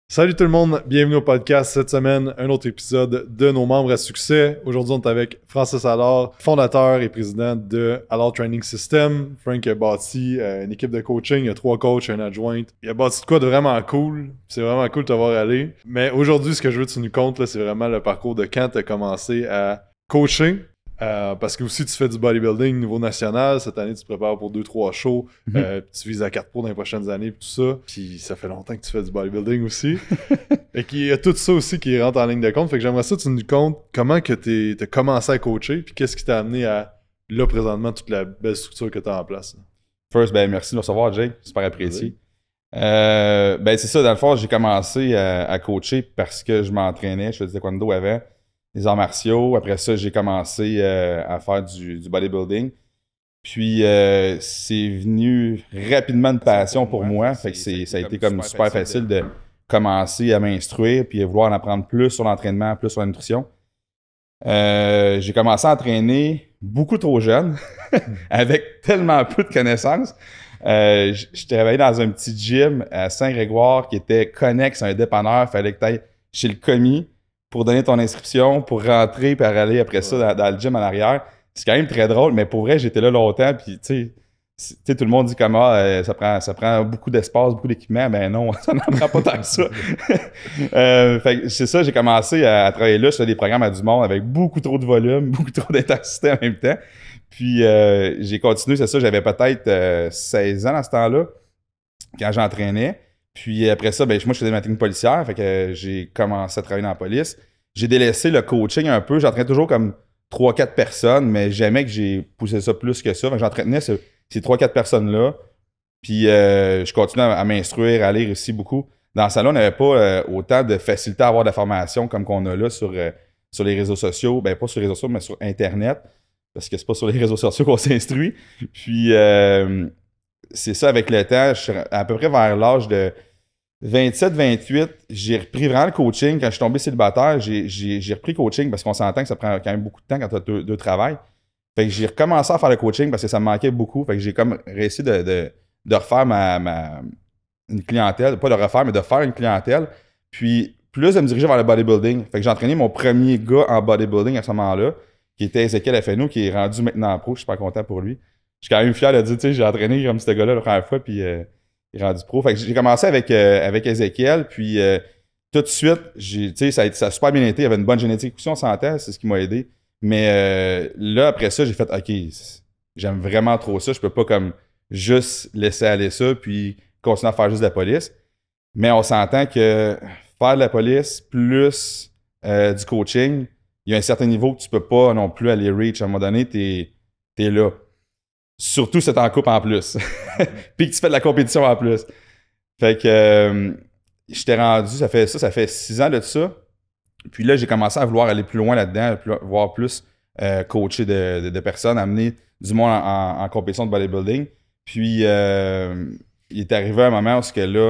Salut tout le monde, bienvenue au podcast. Cette semaine, un autre épisode de nos membres à succès. Aujourd'hui, on est avec Francis Allard, fondateur et président de Allard Training System. Frank a bâti une équipe de coaching, il y a 3 coachs, un adjoint. Il a bâti de quoi de vraiment cool. C'est vraiment cool de te voir aller. Mais aujourd'hui, ce que je veux que tu nous comptes, là, c'est vraiment le parcours de quand tu as commencé à coacher. Parce que aussi tu fais du bodybuilding niveau national. Cette année, tu te prépares pour 2-3 shows. Tu vises à 4 pro dans les prochaines années et tout ça. Puis ça fait longtemps que tu fais du bodybuilding aussi. Et qu'il y a tout ça aussi qui rentre en ligne de compte. Fait que j'aimerais ça que tu nous comptes comment que t'as commencé à coacher. Puis qu'est-ce qui t'a amené à, là, présentement, toute la belle structure que tu as en place. First, merci de nous recevoir, Jay. Super apprécié. C'est ça, dans le fond, j'ai commencé à coacher parce que je m'entraînais. Je faisais du taekwondo avant, les arts martiaux. Après ça, j'ai commencé à faire du bodybuilding. Puis, c'est venu rapidement une passion pour moi. Fait que ça a été comme super facile de commencer à m'instruire puis à vouloir en apprendre plus sur l'entraînement, plus sur la nutrition. J'ai commencé à entraîner beaucoup trop jeune, avec tellement peu de connaissances. Je travaillais dans un petit gym à Saint-Grégoire qui était connexe à un dépanneur. Fallait que tu ailles chez le commis pour donner ton inscription, pour rentrer et aller après ça dans le gym en arrière. C'est quand même très drôle, mais pour vrai, j'étais là longtemps. Puis, tu sais, tout le monde dit comme ça prend beaucoup d'espace, beaucoup d'équipement. Ben non, ça n'en prend pas tant que ça. Fait que c'est ça, j'ai commencé à travailler là. Je fais des programmes à du monde avec beaucoup trop de volume, beaucoup trop d'intensité en même temps. Puis j'ai continué, c'est ça, j'avais peut-être 16 ans à ce temps-là, quand j'entraînais. Puis après ça, moi je faisais ma technique policière, fait que j'ai commencé à travailler dans la police. J'ai délaissé le coaching un peu, j'entraînais toujours comme 3-4 personnes, mais jamais que j'ai poussé ça plus que ça. Fait que j'entraînais ces 3-4 personnes-là. Puis je continuais à m'instruire, à lire aussi beaucoup. Dans le salon, on n'avait pas autant de facilité à avoir de la formation comme qu'on a là sur les réseaux sociaux. Ben pas sur les réseaux sociaux, mais sur Internet. Parce que c'est pas sur les réseaux sociaux qu'on s'instruit. Puis c'est ça, avec le temps, je suis à peu près vers l'âge de 27-28, j'ai repris vraiment le coaching. Quand je suis tombé célibataire, j'ai repris le coaching parce qu'on s'entend que ça prend quand même beaucoup de temps quand tu as deux travails. Fait que j'ai recommencé à faire le coaching parce que ça me manquait beaucoup. Fait que j'ai comme réussi de refaire une clientèle. Pas de refaire, mais de faire une clientèle. Puis plus de me diriger vers le bodybuilding. Fait que j'ai entraîné mon premier gars en bodybuilding à ce moment-là, qui était Ezekiel Afenou, qui est rendu maintenant en pro. Je suis super content pour lui. Je suis quand même fier de dire, tu sais, j'ai entraîné comme ce gars-là la première fois, puis il est rendu pro. Fait que j'ai commencé avec Ezekiel, puis tout de suite, tu sais, ça a super bien été. Il y avait une bonne génétique aussi, on s'entend, c'est ce qui m'a aidé. Mais là, après ça, j'ai fait, OK, j'aime vraiment trop ça. Je peux pas comme juste laisser aller ça, puis continuer à faire juste de la police. Mais on s'entend que faire de la police plus du coaching, il y a un certain niveau que tu peux pas non plus aller reach. À un moment donné, t'es là. Surtout si t'es en couple en plus. Puis que tu fais de la compétition en plus. Fait que je t'ai rendu, ça fait 6 ans de ça. Puis là, j'ai commencé à vouloir aller plus loin là-dedans, voir plus coacher de personnes, amener du monde en compétition de bodybuilding. Puis il est arrivé un moment où ce que là,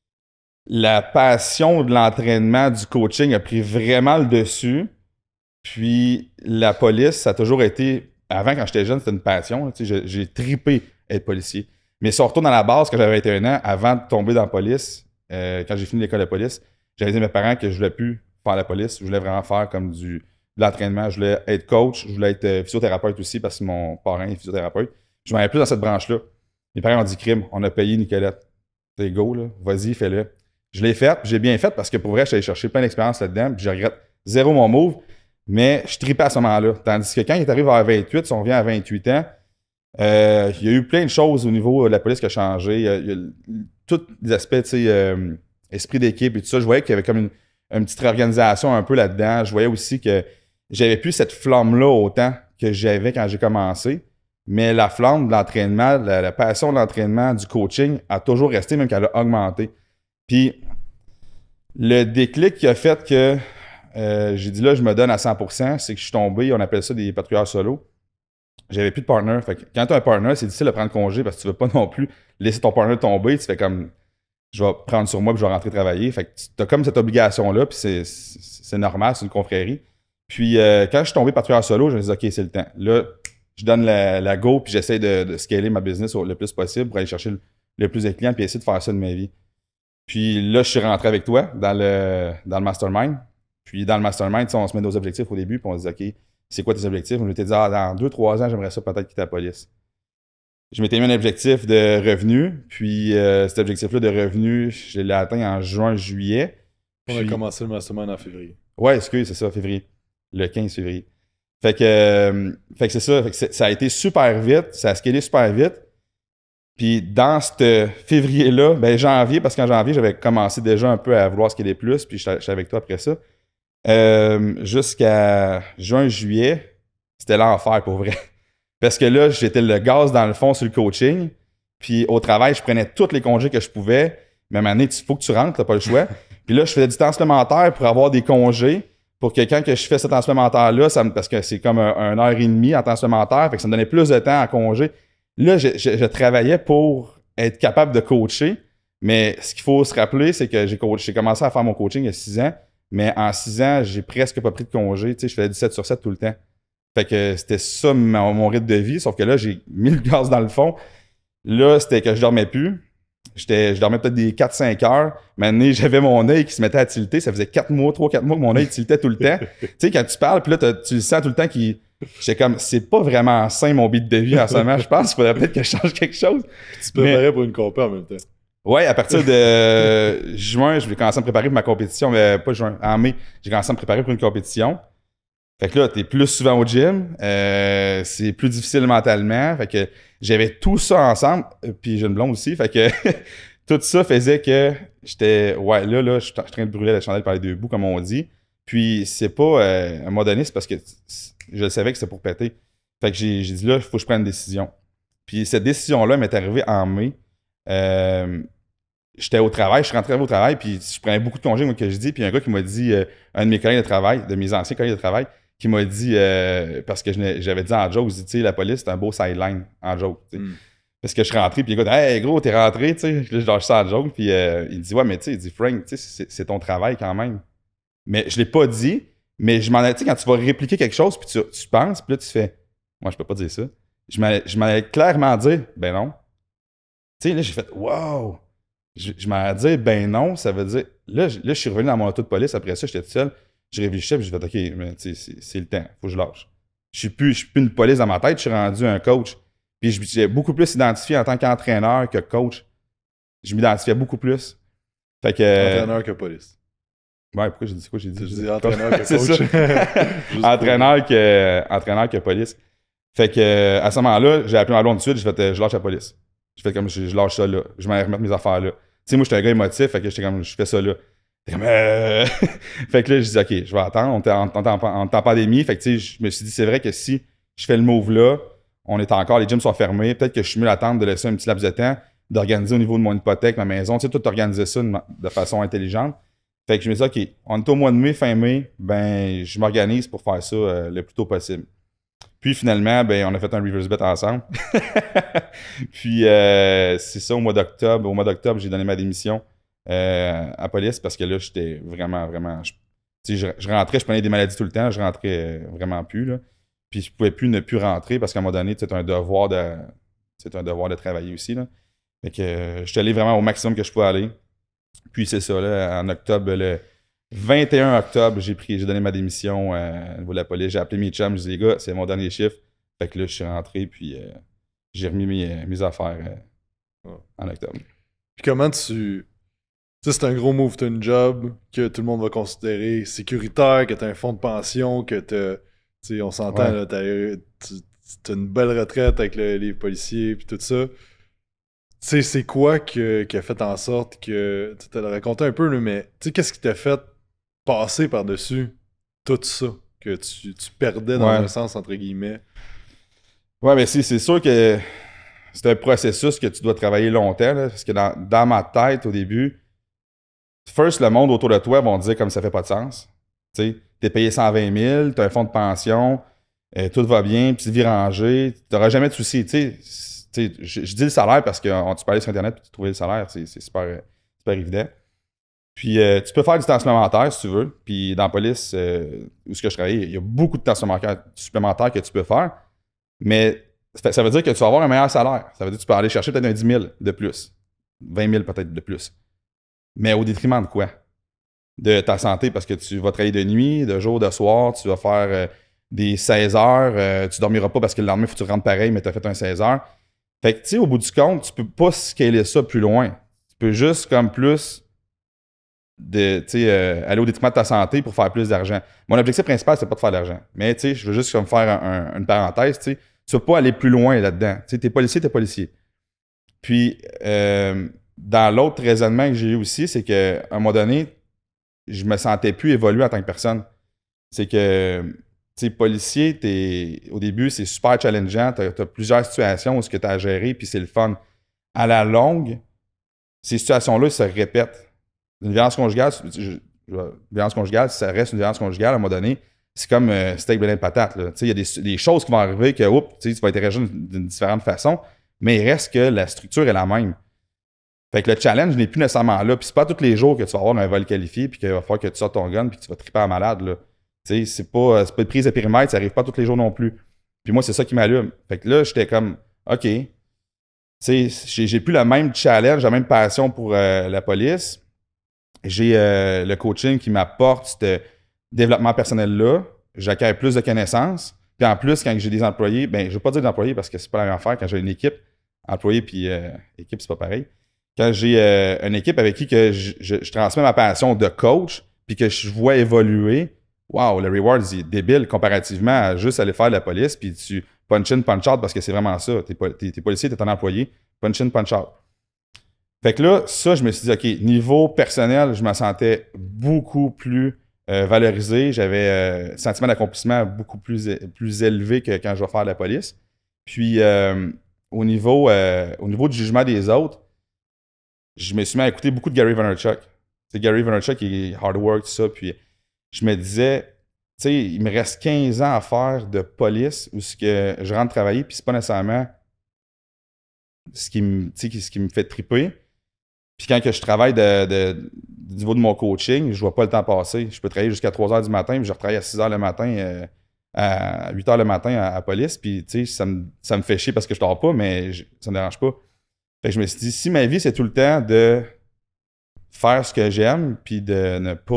la passion de l'entraînement, du coaching a pris vraiment le dessus. Puis la police, ça a toujours été. Avant, quand j'étais jeune, c'était une passion. J'ai tripé être policier. Mais si on retourne dans la base, quand j'avais 21 ans, avant de tomber dans la police, quand j'ai fini l'école de police, j'avais dit à mes parents que je voulais plus faire la police. Je voulais vraiment faire comme de l'entraînement. Je voulais être coach. Je voulais être physiothérapeute aussi parce que mon parrain est physiothérapeute. Je m'en allais plus dans cette branche-là. Mes parents ont dit crime, on a payé Nicolette. C'est go, là. Vas-y, fais-le. Je l'ai fait, j'ai bien fait parce que pour vrai, je suis allé chercher plein d'expérience là-dedans, puis je regrette zéro mon move, mais je tripais à ce moment-là. Tandis que quand il est arrivé à 28, si on revient à 28 ans, il y a eu plein de choses au niveau de la police qui a changé. Il y a tous les aspects, tu sais, esprit d'équipe et tout ça. Je voyais qu'il y avait comme une petite réorganisation un peu là-dedans. Je voyais aussi que j'avais plus cette flamme-là autant que j'avais quand j'ai commencé. Mais la flamme de l'entraînement, la passion de l'entraînement, du coaching a toujours resté, même qu'elle a augmenté. Puis le déclic qui a fait que j'ai dit là, je me donne à 100%, c'est que je suis tombé, on appelle ça des patrouilleurs solo. J'avais plus de partner. Fait que quand tu as un partner, c'est difficile de prendre congé parce que tu veux pas non plus laisser ton partner tomber. Tu fais comme, je vais prendre sur moi puis je vais rentrer travailler. Fait que tu as comme cette obligation-là, puis c'est normal, c'est une confrérie. Puis quand je suis tombé patrouilleur solo, je me suis dit, OK, c'est le temps. Là, je donne la go, puis j'essaie de scaler ma business le plus possible pour aller chercher le plus de clients, puis essayer de faire ça de ma vie. Puis là, je suis rentré avec toi dans le mastermind. Puis dans le mastermind, on se met nos objectifs au début, puis on se dit, OK, c'est quoi tes objectifs? On m'était dit, dans 2-3 ans, j'aimerais ça peut-être quitter la police. Je m'étais mis un objectif de revenu, puis cet objectif-là de revenu, je l'ai atteint en juin-juillet. On a commencé le mastermind en février. Ouais, excuse, c'est ça, février. Le 15 février. Fait que c'est ça. Fait que ça a été super vite, ça a scalé super vite. Puis dans ce février-là, ben janvier, parce qu'en janvier, j'avais commencé déjà un peu à vouloir scaler plus, puis je suis avec toi après ça. Jusqu'à juin-juillet, c'était l'enfer pour vrai. Parce que là, j'étais le gaz dans le fond sur le coaching. Puis au travail, je prenais tous les congés que je pouvais. Même année, il faut que tu rentres, t'as pas le choix. Puis là, je faisais du temps supplémentaire pour avoir des congés. Pour que quand que je fais ce temps supplémentaire-là, parce que c'est comme 1 heure et demie en temps supplémentaire, fait que ça me donnait plus de temps à congé. Là, je travaillais pour être capable de coacher. Mais ce qu'il faut se rappeler, c'est que j'ai commencé à faire mon coaching il y a 6 ans. Mais en 6 ans, j'ai presque pas pris de congé. Tu sais, je faisais 17/7 tout le temps. Fait que c'était ça mon rythme de vie. Sauf que là, j'ai mis le gaz dans le fond. Là, c'était que je dormais plus. Je dormais peut-être des 4-5 heures. Maintenant, j'avais mon œil qui se mettait à tilter. Ça faisait 3-4 mois que mon œil tiltait tout le temps. Tu sais, quand tu parles, puis là, tu le sens tout le temps qui. J'étais comme, c'est pas vraiment sain mon beat de vie en ce moment. Je pense qu'il faudrait peut-être que je change quelque chose. Tu te préparais pour une compé en même temps. Ouais, à partir de juin, je vais commencer à me préparer pour ma compétition. Mais pas juin, en mai, j'ai commencé à me préparer pour une compétition. Fait que là, t'es plus souvent au gym, c'est plus difficile mentalement. Fait que j'avais tout ça ensemble, puis j'ai une blonde aussi. Fait que tout ça faisait que j'étais, ouais, là, je suis en train de brûler la chandelle par les deux bouts, comme on dit. Puis c'est pas, à un moment donné, c'est parce que je savais que c'était pour péter. Fait que j'ai dit là, il faut que je prenne une décision. Puis cette décision-là m'est arrivée en mai. J'étais au travail, je suis rentré au travail, puis je prenais beaucoup de congés, moi, que je dis. Puis un gars qui m'a dit, un de mes collègues de travail, de mes anciens collègues de travail, qui m'a dit, parce que j'avais dit en joke, je dis, tu sais, la police, c'est un beau sideline en joke. Parce que je suis rentré, puis le gars, hey gros, t'es rentré, tu sais. Là, je lâche ça en joke, puis il dit, ouais, mais tu sais, il dit, Frank, tu sais, c'est ton travail quand même. Mais je l'ai pas dit, mais je m'en ai, tu sais, quand tu vas répliquer quelque chose, puis tu penses, puis là, tu fais, moi, je peux pas dire ça. Je m'en allais clairement dire, ben non. Tu sais, là, j'ai fait, wow! Je m'en allais dire, ben non, ça veut dire, là, je suis revenu dans mon auto de police, après ça, j'étais tout seul. Je réfléchissais, puis j'ai fait, OK, mais c'est le temps, faut que je lâche. Je suis plus une police dans ma tête, je suis rendu un coach. Puis j'ai beaucoup plus identifié en tant qu'entraîneur que coach. Je m'identifiais beaucoup plus. Fait que. Entraîneur que police. Ouais, pourquoi j'ai dit quoi? J'ai dit entraîneur que coach. C'est ça. entraîneur que police. Fait que à ce moment-là, j'ai appelé ma blonde tout de suite, j'ai fait, je lâche la police. J'ai fait comme, je lâche ça là. Je vais remettre mes affaires là. Tu sais, moi, j'étais un gars émotif, fait que j'étais comme, je fais ça là. Fait que là, je dis, OK, je vais attendre. On était en pandémie. Fait que, tu sais, je me suis dit, c'est vrai que si je fais le move là, on est encore, les gyms sont fermés. Peut-être que je suis mieux d'attendre de laisser un petit laps de temps, d'organiser au niveau de mon hypothèque, ma maison, tu sais, tout organiser ça de façon intelligente. Fait que je me dis, OK, on est au mois de mai, fin mai, ben, je m'organise pour faire ça le plus tôt possible. Puis finalement, ben, on a fait un reverse bet ensemble. Puis c'est ça, au mois d'octobre. Au mois d'octobre, j'ai donné ma démission à police parce que là, j'étais vraiment. Je rentrais, je prenais des maladies tout le temps, je rentrais vraiment plus. Là. Puis je pouvais plus ne plus rentrer parce qu'à un moment donné, c'est un devoir de travailler aussi. Là. Fait que je suis allé vraiment au maximum que je pouvais aller. Puis c'est ça, là, en octobre, le 21 octobre, j'ai donné ma démission au niveau de la police. J'ai appelé mes chums, je dis les gars, c'est mon dernier chiffre. Fait que là, je suis rentré, puis j'ai remis mes affaires en octobre. Puis comment tu sais, c'est un gros move, t'as une job que tout le monde va considérer sécuritaire, que t'as un fonds de pension, que t'as, tu sais, on s'entend, là, t'as une belle retraite avec les policiers, puis tout ça. Tu sais, c'est quoi qui a fait en sorte que, tu t'as raconté un peu, là, mais tu sais, qu'est-ce qui t'a fait passer par-dessus tout ça, que tu perdais dans un sens, entre guillemets? Ouais, mais c'est sûr que c'est un processus que tu dois travailler longtemps, là, parce que dans ma tête, au début, first, le monde autour de toi vont te dire comme ça fait pas de sens. Tu sais, t'es payé 120 000, t'as un fonds de pension, tout va bien, puis tu vis rangé, t'auras jamais de soucis. Tu sais, je dis le salaire parce que tu peux aller sur Internet et trouver le salaire, c'est super évident. Puis tu peux faire du temps supplémentaire si tu veux. Puis dans la police, où je travaille, il y a beaucoup de temps supplémentaire que tu peux faire. Mais ça veut dire que tu vas avoir un meilleur salaire. Ça veut dire que tu peux aller chercher peut-être un 10 000 de plus. 20 000 peut-être de plus. Mais au détriment de quoi? De ta santé, parce que tu vas travailler de nuit, de jour, de soir, tu vas faire des 16 heures, tu dormiras pas parce que le lendemain, il faut que tu rentres pareil, mais tu as fait un 16 heures. Fait que, tu sais, au bout du compte, tu peux pas scaler ça plus loin. Tu peux juste, comme plus, aller au détriment de ta santé pour faire plus d'argent. Mon objectif principal, c'est pas de faire de l'argent. Mais, tu sais, je veux juste comme faire une parenthèse, tu sais. Tu vas pas aller plus loin là-dedans. Tu sais, t'es policier. Puis, dans l'autre raisonnement que j'ai eu aussi, c'est qu'à un moment donné, je me sentais plus évoluer en tant que personne. C'est que, tu sais, policier, au début, c'est super challengeant. Tu as plusieurs situations où ce que tu as à gérer, puis c'est le fun. À la longue, ces situations-là se répètent. Une violence conjugale, ça reste une violence conjugale à un moment donné. C'est comme steak, blé, patate. Il y a des choses qui vont arriver que tu vas interagir d'une différente façon, mais il reste que la structure est la même. Fait que le challenge n'est plus nécessairement là. Puis c'est pas tous les jours que tu vas avoir un vol qualifié puis qu'il va falloir que tu sortes ton gun puis que tu vas triper à malade. Là. C'est pas une prise de périmètre, ça arrive pas tous les jours non plus. Puis moi, c'est ça qui m'allume. Fait que là, j'étais comme, OK, j'ai plus le même challenge, la même passion pour la police. J'ai le coaching qui m'apporte ce développement personnel-là. J'acquiers plus de connaissances. Puis en plus, quand j'ai des employés, ben je ne veux pas dire d'employés parce que c'est pas la même affaire. Quand j'ai une équipe, employé puis équipe, c'est pas pareil. Quand j'ai une équipe avec qui que je transmets ma passion de coach puis que je vois évoluer, wow, le reward est débile comparativement à juste aller faire de la police puis tu punch in, punch out parce que c'est vraiment ça. T'es policier, t'es un employé, punch in, punch out. Fait que là, ça, je me suis dit, OK, niveau personnel, je me sentais beaucoup plus valorisé. J'avais un sentiment d'accomplissement beaucoup plus élevé que quand je vais faire de la police. Puis, au niveau du jugement des autres, je me suis mis à écouter beaucoup de Gary Vaynerchuk. C'est Gary Vaynerchuk qui est hard work, tout ça. Puis, je me disais, tu sais, il me reste 15 ans à faire de police où ce que je rentre travailler, puis c'est pas nécessairement ce qui me fait triper. Puis quand que je travaille du niveau de mon coaching, je vois pas le temps passer. Je peux travailler jusqu'à 3 h du matin, puis je retravaille à 6 h le matin, à 8 h le matin à police. Puis tu sais, ça me fait chier parce que je dors pas, mais ça me dérange pas. Fait que je me suis dit, si ma vie, c'est tout le temps de faire ce que j'aime, puis de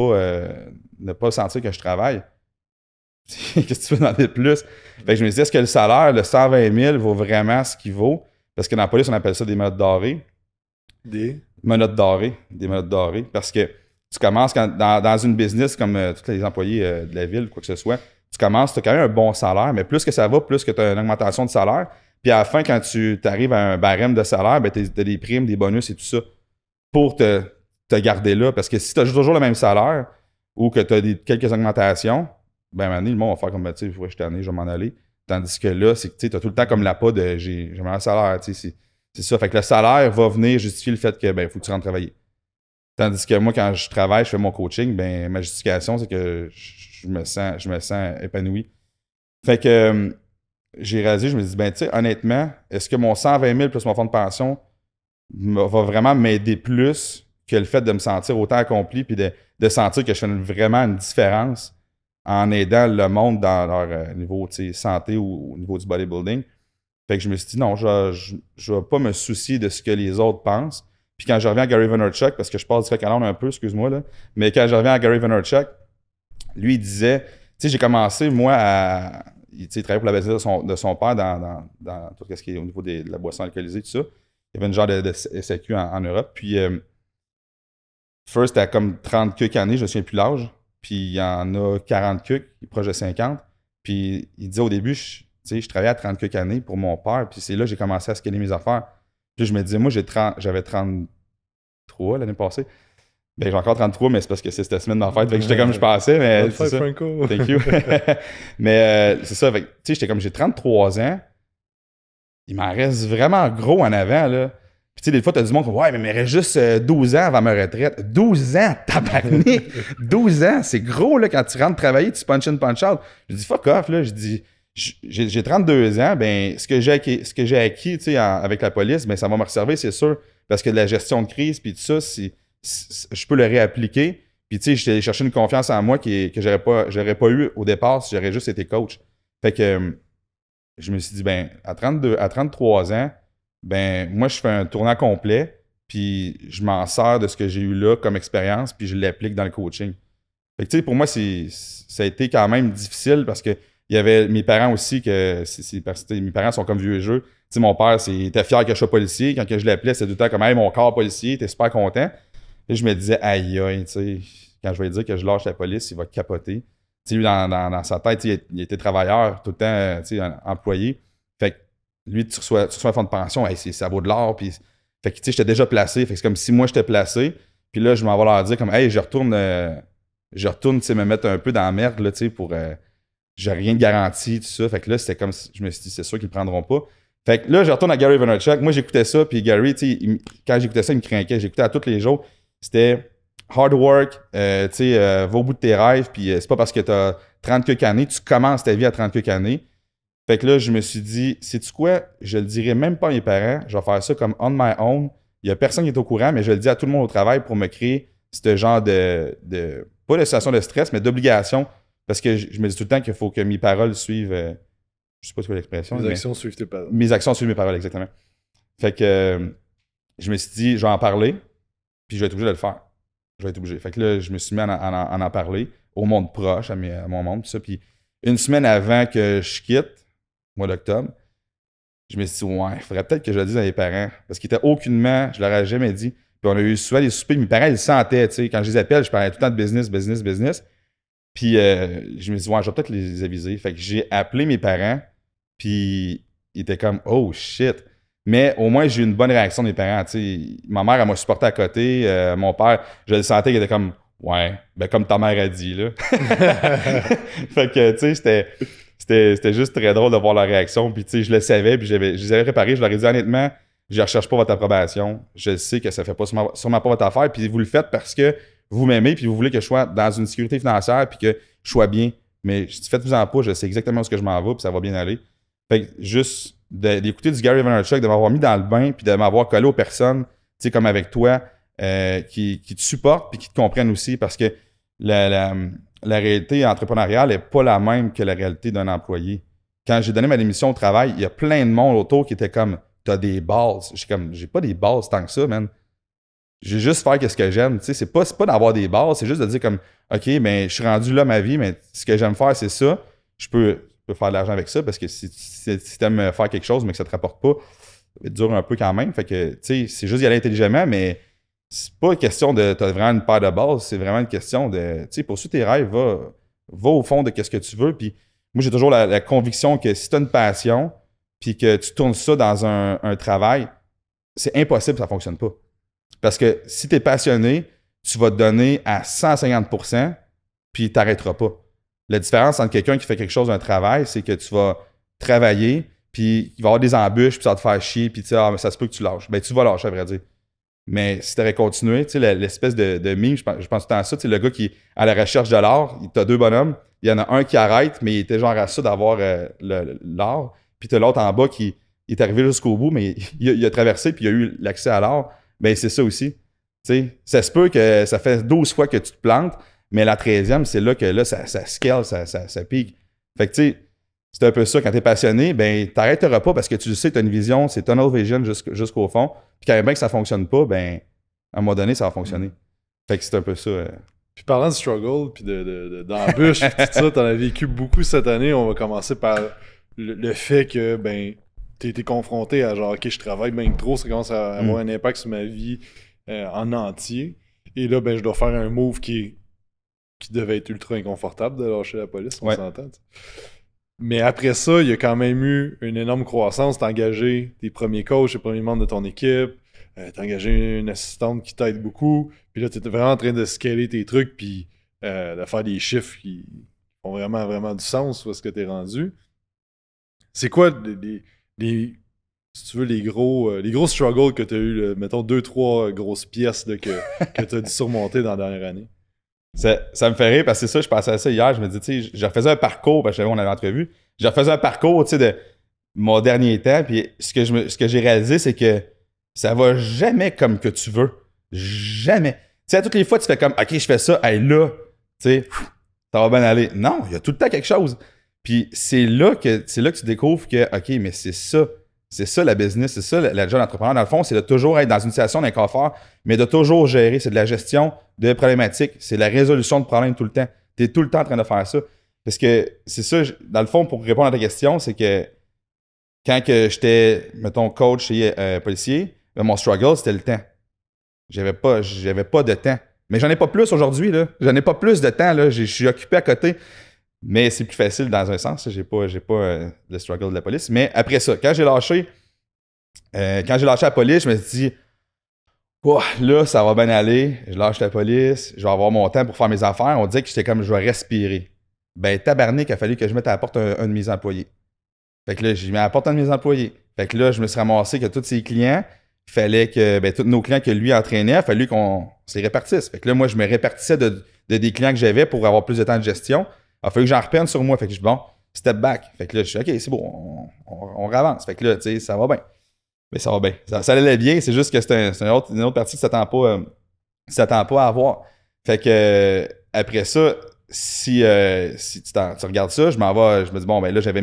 ne pas sentir que je travaille, qu'est-ce que tu veux demander de plus? Fait que je me suis dit, est-ce que le salaire, le 120 000, vaut vraiment ce qu'il vaut? Parce que dans la police, on appelle ça des menottes dorées. Des menottes dorées. Parce que tu commences dans une business comme tous les employés de la ville, quoi que ce soit, tu commences, tu as quand même un bon salaire, mais plus que ça va, plus que tu as une augmentation de salaire. Puis à la fin, quand tu arrives à un barème de salaire, ben, tu as des primes, des bonus et tout ça pour te garder là. Parce que si tu as toujours le même salaire ou que tu as quelques augmentations, ben à un moment donné, le monde va faire comme, tu sais, je suis tanné, je vais m'en aller. Tandis que là, c'est que tu as tout le temps comme l'appât de j'ai un salaire, tu sais, c'est ça. Fait que le salaire va venir justifier le fait que, ben, il faut que tu rentres travailler. Tandis que moi, quand je travaille, je fais mon coaching, ben, ma justification, c'est que je me sens épanoui. Fait que j'ai réalisé, je me dis, ben, tu sais, honnêtement, est-ce que mon 120 000 plus mon fonds de pension va vraiment m'aider plus que le fait de me sentir autant accompli puis de sentir que je fais vraiment une différence en aidant le monde dans leur niveau santé ou au niveau du bodybuilding. Fait que je me suis dit, non, je vais pas me soucier de ce que les autres pensent. Puis quand je reviens à Gary Vaynerchuk, parce que je passe du coq à l'âne un peu, excuse-moi, là, mais quand je reviens à Gary Vaynerchuk, lui, il disait, tu sais, j'ai commencé, moi, il travaillait pour la business de son père dans tout ce qui est au niveau de la boisson alcoolisée, tout ça. Il y avait une genre de SAQ en Europe. Puis, first, c'était comme 30 cucs années, je ne me souviens plus l'âge. Puis, il y en a 40 cucs, il est proche de 50. Puis, il disait au début, je travaillais à 30 quelques années pour mon père, puis c'est là que j'ai commencé à scaler mes affaires. Puis je me disais, moi, j'avais 33 l'année passée. Ben, j'ai encore 33, mais c'est parce que c'est cette semaine d'en fête. Fait que j'étais comme je pensais, mais c'est ça. Franco. Thank you. Mais c'est ça. Fait que, tu sais, j'étais comme, j'ai 33 ans. Il m'en reste vraiment gros en avant, là. Puis tu sais, des fois, t'as du monde qui dit, ouais, mais il me reste juste 12 ans avant ma retraite. 12 ans, tabarnak! 12 ans, c'est gros, là, quand tu rentres travailler, tu punch in, punch out. Je dis, fuck off, là. Je dis, j'ai 32 ans, ben ce que j'ai acquis tu sais, avec la police, ben ça va me resservir, c'est sûr, parce que de la gestion de crise, puis tout ça, je peux le réappliquer. Puis tu sais, j'étais chercher une confiance en moi que j'aurais pas eu au départ si j'aurais juste été coach. Fait que je me suis dit, ben à 33 ans, ben moi je fais un tournant complet, puis je m'en sers de ce que j'ai eu là comme expérience, puis je l'applique dans le coaching. Fait que, tu sais, pour moi, ça a été quand même difficile parce que il y avait mes parents aussi, parce que mes parents sont comme vieux jeu. Tu sais, mon père, il était fier que je sois policier. Quand que je l'appelais, c'était tout le temps comme, hey, mon corps policier, t'es super content. Et je me disais, aïe, aïe, tu sais, quand je vais lui dire que je lâche la police, il va capoter. Tu sais, lui, dans sa tête, il était travailleur, tout le temps, tu sais, employé. Fait que lui, tu reçois un fonds de pension, hey, ça vaut de l'or. Puis, fait que, tu sais, j'étais déjà placé. Fait que c'est comme si moi, j'étais placé. Puis là, je m'en vais leur dire, comme, hey, je retourne, tu sais, me mettre un peu dans la merde, là, tu sais, pour. J'ai rien de garanti, tout ça. Fait que là, c'était comme si je me suis dit, c'est sûr qu'ils le prendront pas. Fait que là, je retourne à Gary Vaynerchuk. Moi, j'écoutais ça, puis Gary, tu sais, quand j'écoutais ça, il me craquait. J'écoutais à tous les jours. C'était hard work, tu sais, va au bout de tes rêves, puis c'est pas parce que t'as 30 quelques années, tu commences ta vie à 30 quelques années. Fait que là, je me suis dit, sais-tu quoi? Je le dirai même pas à mes parents. Je vais faire ça comme on my own. Il y a personne qui est au courant, mais je le dis à tout le monde au travail pour me créer ce genre de pas de situation de stress, mais d'obligation. Parce que je me dis tout le temps qu'il faut que mes paroles suivent. Je sais pas c'est quoi l'expression. Mes actions suivent tes paroles. Mes actions suivent mes paroles, exactement. Fait que je me suis dit, je vais en parler, puis je vais être obligé de le faire. Je vais être obligé. Fait que là, je me suis mis à en parler au monde proche, à mon monde, tout ça. Puis une semaine avant que je quitte, mois d'octobre, je me suis dit, ouais, il faudrait peut-être que je le dise à mes parents. Parce qu'ils étaient aucunement, je leur ai jamais dit. Puis on a eu souvent des soupers, mes parents, ils le sentaient, tu sais. Quand je les appelle, je parlais tout le temps de business. Puis je me suis dit, ouais, je vais peut-être les aviser. Fait que j'ai appelé mes parents, puis ils étaient comme, oh shit. Mais au moins, j'ai eu une bonne réaction de mes parents. T'sais. Ma mère, elle m'a supporté à côté. Mon père, je le sentais qu'il était comme, ouais, ben comme ta mère a dit, là. Fait que, tu sais, c'était juste très drôle de voir leur réaction. Puis, tu sais, je le savais, puis je les avais préparés. Je leur ai dit, honnêtement, je ne recherche pas votre approbation. Je sais que ça ne fait pas sûrement pas votre affaire. Puis, vous le faites parce que vous m'aimez, puis vous voulez que je sois dans une sécurité financière, puis que je sois bien. Mais faites-vous-en pas, je sais exactement où ce que je m'en vais, puis ça va bien aller. Fait que juste d'écouter du Gary Vaynerchuk, de m'avoir mis dans le bain, puis de m'avoir collé aux personnes, tu sais, comme avec toi, qui te supportent, puis qui te comprennent aussi, parce que la réalité entrepreneuriale n'est pas la même que la réalité d'un employé. Quand j'ai donné ma démission au travail, il y a plein de monde autour qui était comme, t'as des balles. J'ai pas des balles tant que ça, man. J'ai juste faire ce que j'aime. Tu sais, c'est pas d'avoir des bases, c'est juste de dire comme, OK, mais je suis rendu là ma vie, mais ce que j'aime faire, c'est ça. Je peux faire de l'argent avec ça parce que si tu aimes faire quelque chose, mais que ça te rapporte pas, ça va être dur un peu quand même. Fait que, tu sais, c'est juste d'y aller intelligemment, mais c'est pas une question de t'as vraiment une paire de bases, c'est vraiment une question de, tu sais, poursuis tes rêves, va au fond de ce que tu veux. Puis moi, j'ai toujours la conviction que si tu as une passion, puis que tu tournes ça dans un travail, c'est impossible que ça fonctionne pas. Parce que si tu es passionné, tu vas te donner à 150%, puis tu n'arrêteras pas. La différence entre quelqu'un qui fait quelque chose d'un travail, c'est que tu vas travailler, puis il va y avoir des embûches, puis ça va te faire chier, puis tu sais, ça se peut que tu lâches. Ben, tu vas lâcher, à vrai dire. Mais si tu avais continué, tu sais, l'espèce de meme, je pense tout le temps à ça, tu sais, le gars qui est à la recherche de l'or, tu as deux bonhommes, il y en a un qui arrête, mais il était genre à ça d'avoir l'or, puis tu as l'autre en bas qui est arrivé jusqu'au bout, mais il a traversé, puis il a eu l'accès à l'or. Ben, c'est ça aussi. T'sais, ça se peut que ça fait 12 fois que tu te plantes, mais la 13e, c'est là que là, ça scale, ça pique. Fait que tu sais, c'est un peu ça. Quand tu es passionné, ben, t'arrêteras pas parce que tu sais, tu as une vision, c'est tunnel vision jusqu'au fond. Puis quand bien que ça fonctionne pas, ben, à un moment donné, ça va fonctionner. Fait que c'est un peu ça. Puis parlant de struggle, puis d'embûches, puis tout ça, t'en as vécu beaucoup cette année. On va commencer par le fait que, ben, t'as été confronté à genre, ok, je travaille bien trop, ça commence à avoir un impact sur ma vie en entier. Et là, ben, je dois faire un move qui devait être ultra inconfortable de lâcher la police, on s'entend. Mais après ça, il y a quand même eu une énorme croissance. T'as engagé tes premiers coachs, les premiers membres de ton équipe. T'as engagé une assistante qui t'aide beaucoup. Puis là, t'es vraiment en train de scaler tes trucs, puis de faire des chiffres qui ont vraiment, vraiment du sens où est-ce que t'es rendu. C'est quoi si tu veux, les gros struggles que tu as eu, mettons 2-3 grosses pièces que tu as dû surmonter dans la dernière année? Ça me fait rire parce que c'est ça, je pensais à ça hier. Je me dis, tu sais, je refaisais un parcours, parce que on avait l'entrevue. Je refaisais un parcours, tu sais, de mon dernier temps. Puis ce que j'ai réalisé, c'est que ça va jamais comme que tu veux. Jamais. Tu sais, à toutes les fois, tu fais comme, OK, je fais ça, hey, là, tu sais, ça va bien aller. Non, il y a tout le temps quelque chose. Puis c'est là que tu découvres que, OK, mais c'est ça C'est ça la business, c'est ça la job d'entrepreneur. Dans le fond, c'est de toujours être dans une situation d'inconfort, mais de toujours gérer. C'est de la gestion de problématiques. C'est la résolution de problèmes tout le temps. Tu es tout le temps en train de faire ça. Parce que c'est ça, dans le fond, pour répondre à ta question, c'est que quand que j'étais, mettons, coach et policier, ben, mon struggle, c'était le temps. J'avais pas de temps. Mais j'en ai pas plus aujourd'hui, là. J'en ai pas plus de temps, là. Je suis occupé à côté. Mais c'est plus facile dans un sens. J'ai pas le struggle de la police. Mais après ça, quand j'ai lâché la police, je me suis dit, oh, là, ça va bien aller. Je lâche la police. Je vais avoir mon temps pour faire mes affaires. On disait que j'étais comme, je vais respirer. Ben, tabarnak, il a fallu que je mette à la porte un de mes employés. Fait que là, j'ai mis à la porte un de mes employés. Fait que là, je me suis ramassé que tous ses clients, il fallait que, ben, tous nos clients que lui entraînait, il a fallu qu'on se les répartisse. Fait que là, moi, je me répartissais de des clients que j'avais pour avoir plus de temps de gestion. Il a fallu que j'en reprenne sur moi. Fait que je dis, bon, step back. Fait que là, je suis OK, c'est bon, on avance. Fait que là, tu sais, ça va bien. Mais ça va bien. Ça allait bien, c'est juste que c'est une autre partie que tu t'attends pas à avoir. Fait que après ça, si tu regardes ça, je me dis, bon, ben là, j'avais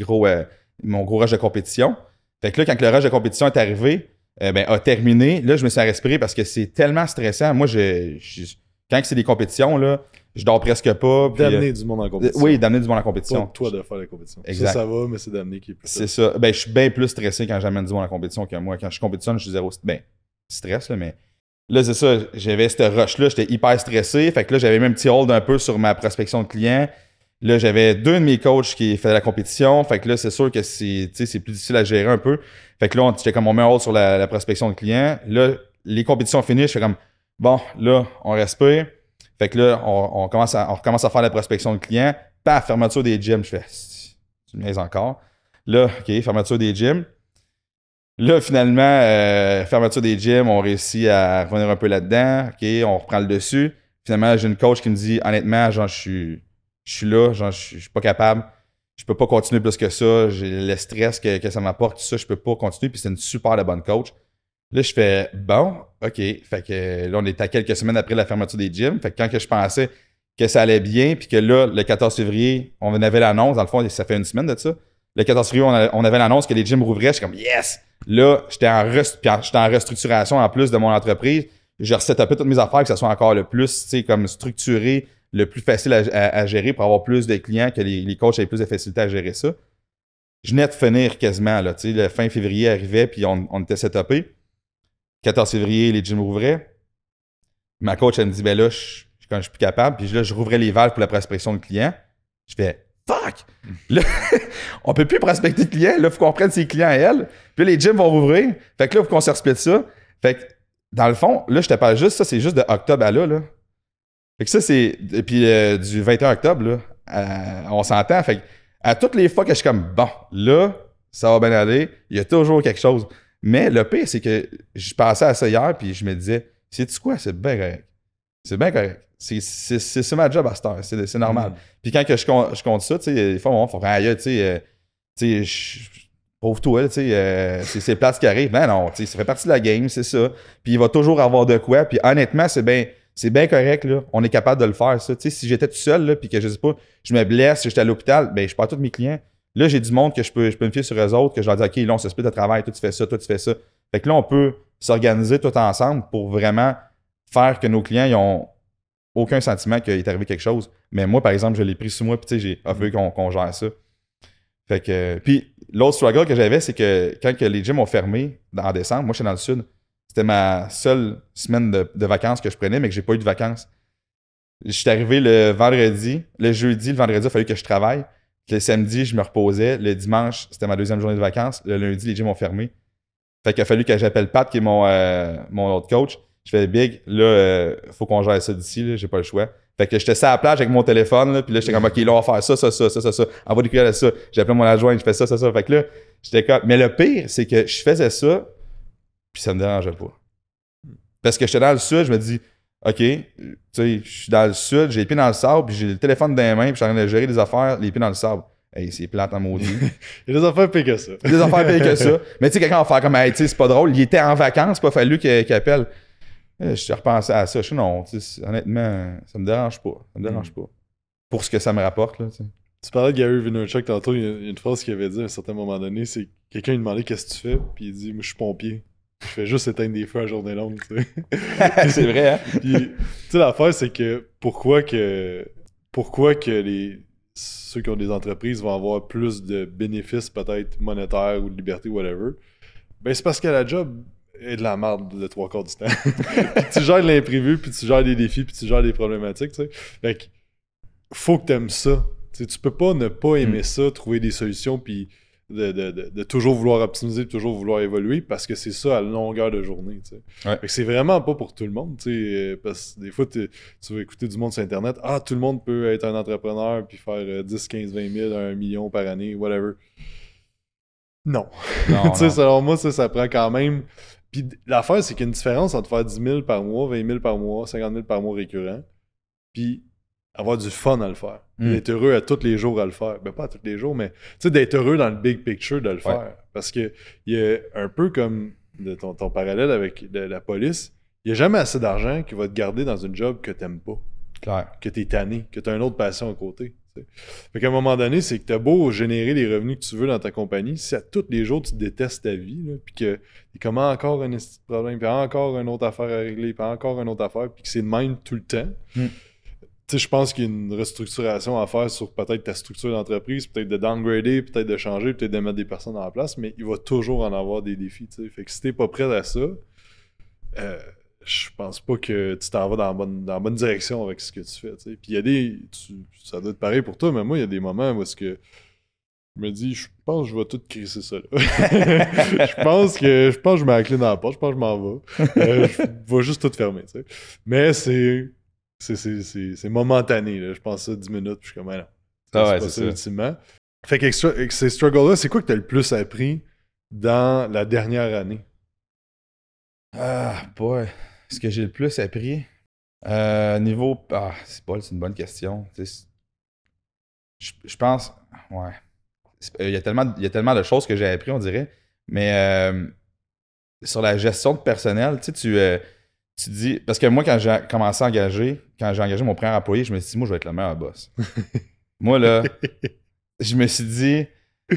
mon gros rush de compétition. Fait que là, quand le rush de compétition est arrivé, a terminé, là, je me suis respiré parce que c'est tellement stressant. Moi, quand c'est des compétitions, là, je dors presque pas. D'amener du monde en compétition. Oui, d'amener du monde en compétition. Pas toi de faire la compétition. Exact. Ça va, mais c'est d'amener qui est plus. C'est ça. Ben, je suis bien plus stressé quand j'amène du monde en compétition que moi. Quand je compétitionne, je suis zéro stress, là, mais là, c'est ça. J'avais ce rush-là, j'étais hyper stressé. Fait que là, j'avais même un petit hold un peu sur ma prospection de clients. Là, j'avais 2 de mes coachs qui faisaient la compétition. Fait que là, c'est sûr que c'est plus difficile à gérer un peu. Fait que là, j'étais comme on met un hold sur la prospection de clients. Là, les compétitions finies, je fais comme bon, là, on respire. Fait que là, on recommence à faire la prospection de clients. Paf, fermeture des gyms. Je fais tu me niaises encore. Là, OK, fermeture des gyms. Là, finalement, fermeture des gyms, on réussit à revenir un peu là-dedans. OK, on reprend le dessus. Finalement, j'ai une coach qui me dit honnêtement, genre, je suis là, genre, je suis pas capable. Je peux pas continuer plus que ça. J'ai le stress que ça m'apporte, tout ça, je peux pas continuer. Puis c'est une super bonne coach. Là, je fais bon, OK. Fait que là, on est à quelques semaines après la fermeture des gyms. Fait que quand que je pensais que ça allait bien, puis que là, le 14 février, on avait l'annonce, dans le fond, ça fait une semaine de ça. Le 14 février, on avait l'annonce que les gyms rouvraient. Je suis comme yes! Là, j'étais en restructuration en plus de mon entreprise. J'ai resetupé toutes mes affaires, que ça soit encore le plus, tu sais, comme structuré, le plus facile à gérer pour avoir plus de clients, que les coachs avaient plus de facilité à gérer ça. Je venais de finir quasiment, là, tu sais, le fin février arrivait, puis on était setupé. 14 février, les gyms rouvraient. Ma coach, elle me dit, ben là, quand je suis plus capable, puis là, je rouvrais les valves pour la prospection de clients. Je fais, fuck! Là, on peut plus prospecter de clients. Là, il faut qu'on prenne ses clients à elle. Puis là, les gyms vont rouvrir. Fait que là, il faut qu'on se respecte ça. Fait que, dans le fond, là, je te parle juste, ça, c'est juste de octobre à là. Fait que ça, c'est. Et puis, du 21 octobre, là, on s'entend. Fait que, à toutes les fois que je suis comme, bon, là, ça va bien aller, il y a toujours quelque chose. Mais le pire, c'est que je pensais à ça hier, puis je me disais, sais-tu quoi, c'est bien correct. C'est bien correct. C'est ma job à cette heure, c'est normal. Puis quand que je compte ça, tu sais, des fois, on fait aïe, tu sais, pauvre toi, tu sais, c'est plate qui arrive. Ben non, tu sais, ça fait partie de la game, c'est ça. Puis il va toujours avoir de quoi. Puis honnêtement, c'est bien correct, là. On est capable de le faire, ça. Tu sais, si j'étais tout seul, là, puis que je sais pas, je me blesse, si j'étais à l'hôpital, ben je perds tous mes clients. Là, j'ai du monde que je peux me fier sur eux autres, que je leur dis, OK, là, on se split de travail, toi, tu fais ça, toi, tu fais ça. Fait que là, on peut s'organiser tout ensemble pour vraiment faire que nos clients, ils ont aucun sentiment qu'il est arrivé quelque chose. Mais moi, par exemple, je l'ai pris sous moi, puis tu sais, j'ai fallu qu'on gère ça. Fait que, puis l'autre struggle que j'avais, c'est que quand que les gyms ont fermé en décembre, moi, j'étais dans le sud. C'était ma seule semaine de vacances que je prenais, mais que j'ai pas eu de vacances. Je suis arrivé le vendredi. Le jeudi, le vendredi, il a fallu que je travaille. Le samedi, je me reposais. Le dimanche, c'était ma deuxième journée de vacances. Le lundi, les gyms ont fermé. Fait qu'il a fallu que j'appelle Pat, qui est mon autre coach. Je fais big, là, faut qu'on gère ça d'ici, là, j'ai pas le choix. Fait que j'étais sur la plage avec mon téléphone, là, puis là, j'étais comme, OK, là, on va faire ça. Envoie des courriels à ça. J'ai appelé mon adjoint, je fais ça. Fait que là, j'étais comme. Mais le pire, c'est que je faisais ça, puis ça me dérangeait pas. Parce que j'étais dans le sud, je me dis, OK, tu sais, je suis dans le sud, j'ai les pieds dans le sable, puis j'ai le téléphone dans les mains, puis je suis en train de gérer des affaires, les pieds dans le sable. Hey, c'est plate en maudit. Il y a des affaires pires que ça. Des affaires pires que ça. Mais tu sais, quelqu'un va faire comme, hey, tu sais, c'est pas drôle. Il était en vacances, pas fallu qu'il appelle. Je suis repensé à ça. Je suis non, honnêtement, ça me dérange pas. Ça me dérange pas. Pour ce que ça me rapporte, là, tu sais. Tu parlais de Gary Vaynerchuk tantôt, il y a une phrase qu'il avait dit à un certain moment donné, c'est quelqu'un lui demandait qu'est-ce que tu fais, puis il dit moi je suis pompier. Je fais juste éteindre des feux à journée longue, tu sais. C'est vrai, hein? Puis tu sais l'affaire c'est que pourquoi que ceux qui ont des entreprises vont avoir plus de bénéfices peut-être monétaires ou de liberté whatever. Ben c'est parce que la job est de la merde de 3/4 du temps. Puis tu gères l'imprévu, puis tu gères des défis, puis tu gères des problématiques, tu sais. Fait que faut que t'aimes ça. T'sais, tu peux pas ne pas aimer ça, trouver des solutions, puis de toujours vouloir optimiser, de toujours vouloir évoluer, parce que c'est ça à longueur de journée. Ouais. Fait que c'est vraiment pas pour tout le monde. Parce que des fois, tu vas écouter du monde sur Internet. Ah, tout le monde peut être un entrepreneur, puis faire 10, 15, 20 000, 1 million par année, whatever. Non. Non, selon moi, ça prend quand même. Puis l'affaire, c'est qu'il y a une différence entre faire 10 000 par mois, 20 000 par mois, 50 000 par mois récurrent, puis avoir du fun à le faire. D'être heureux à tous les jours à le faire. Ben, pas à tous les jours, mais d'être heureux dans le big picture de le faire. Parce que il y a un peu comme de ton parallèle avec la police, il n'y a jamais assez d'argent qui va te garder dans une job que t'aimes pas. Clair. Que t'es tanné, que t'as une autre passion à côté. T'sais. Fait qu'à un moment donné, c'est que t'as beau générer les revenus que tu veux dans ta compagnie, si à tous les jours tu détestes ta vie, là, puis que t'es comme encore un petit problème, puis encore une autre affaire à régler, puis encore une autre affaire, puis que c'est le même tout le temps. Je pense qu'il y a une restructuration à faire sur peut-être ta structure d'entreprise, peut-être de downgrader, peut-être de changer, peut-être de mettre des personnes en place, mais il va toujours en avoir des défis. T'sais. Fait que si t'es pas prêt à ça, je pense pas que tu t'en vas dans la bonne direction avec ce que tu fais. T'sais. Puis il y a ça doit être pareil pour toi, mais moi, il y a des moments où est-ce que je me dis, je pense que je vais tout crisser ça là. je pense que je mets la clé dans la porte, je pense que je m'en vais. Je vais juste tout fermer. T'sais. Mais c'est momentané, là. Je pense ça 10 minutes, puis je suis comme, non. C'est pas ça, ultimement. Fait que ces struggles-là, c'est quoi que t'as le plus appris dans la dernière année? Ah, boy. Ce que j'ai le plus appris? Niveau... Ah, c'est une bonne question. Je pense... Ouais. Il y a tellement de choses que j'ai appris, on dirait. Mais sur la gestion de personnel, tu dis... Parce que moi, quand j'ai commencé à engager, quand j'ai engagé mon premier employé, je me suis dit, moi, je vais être le meilleur boss. Moi, là, je me suis dit...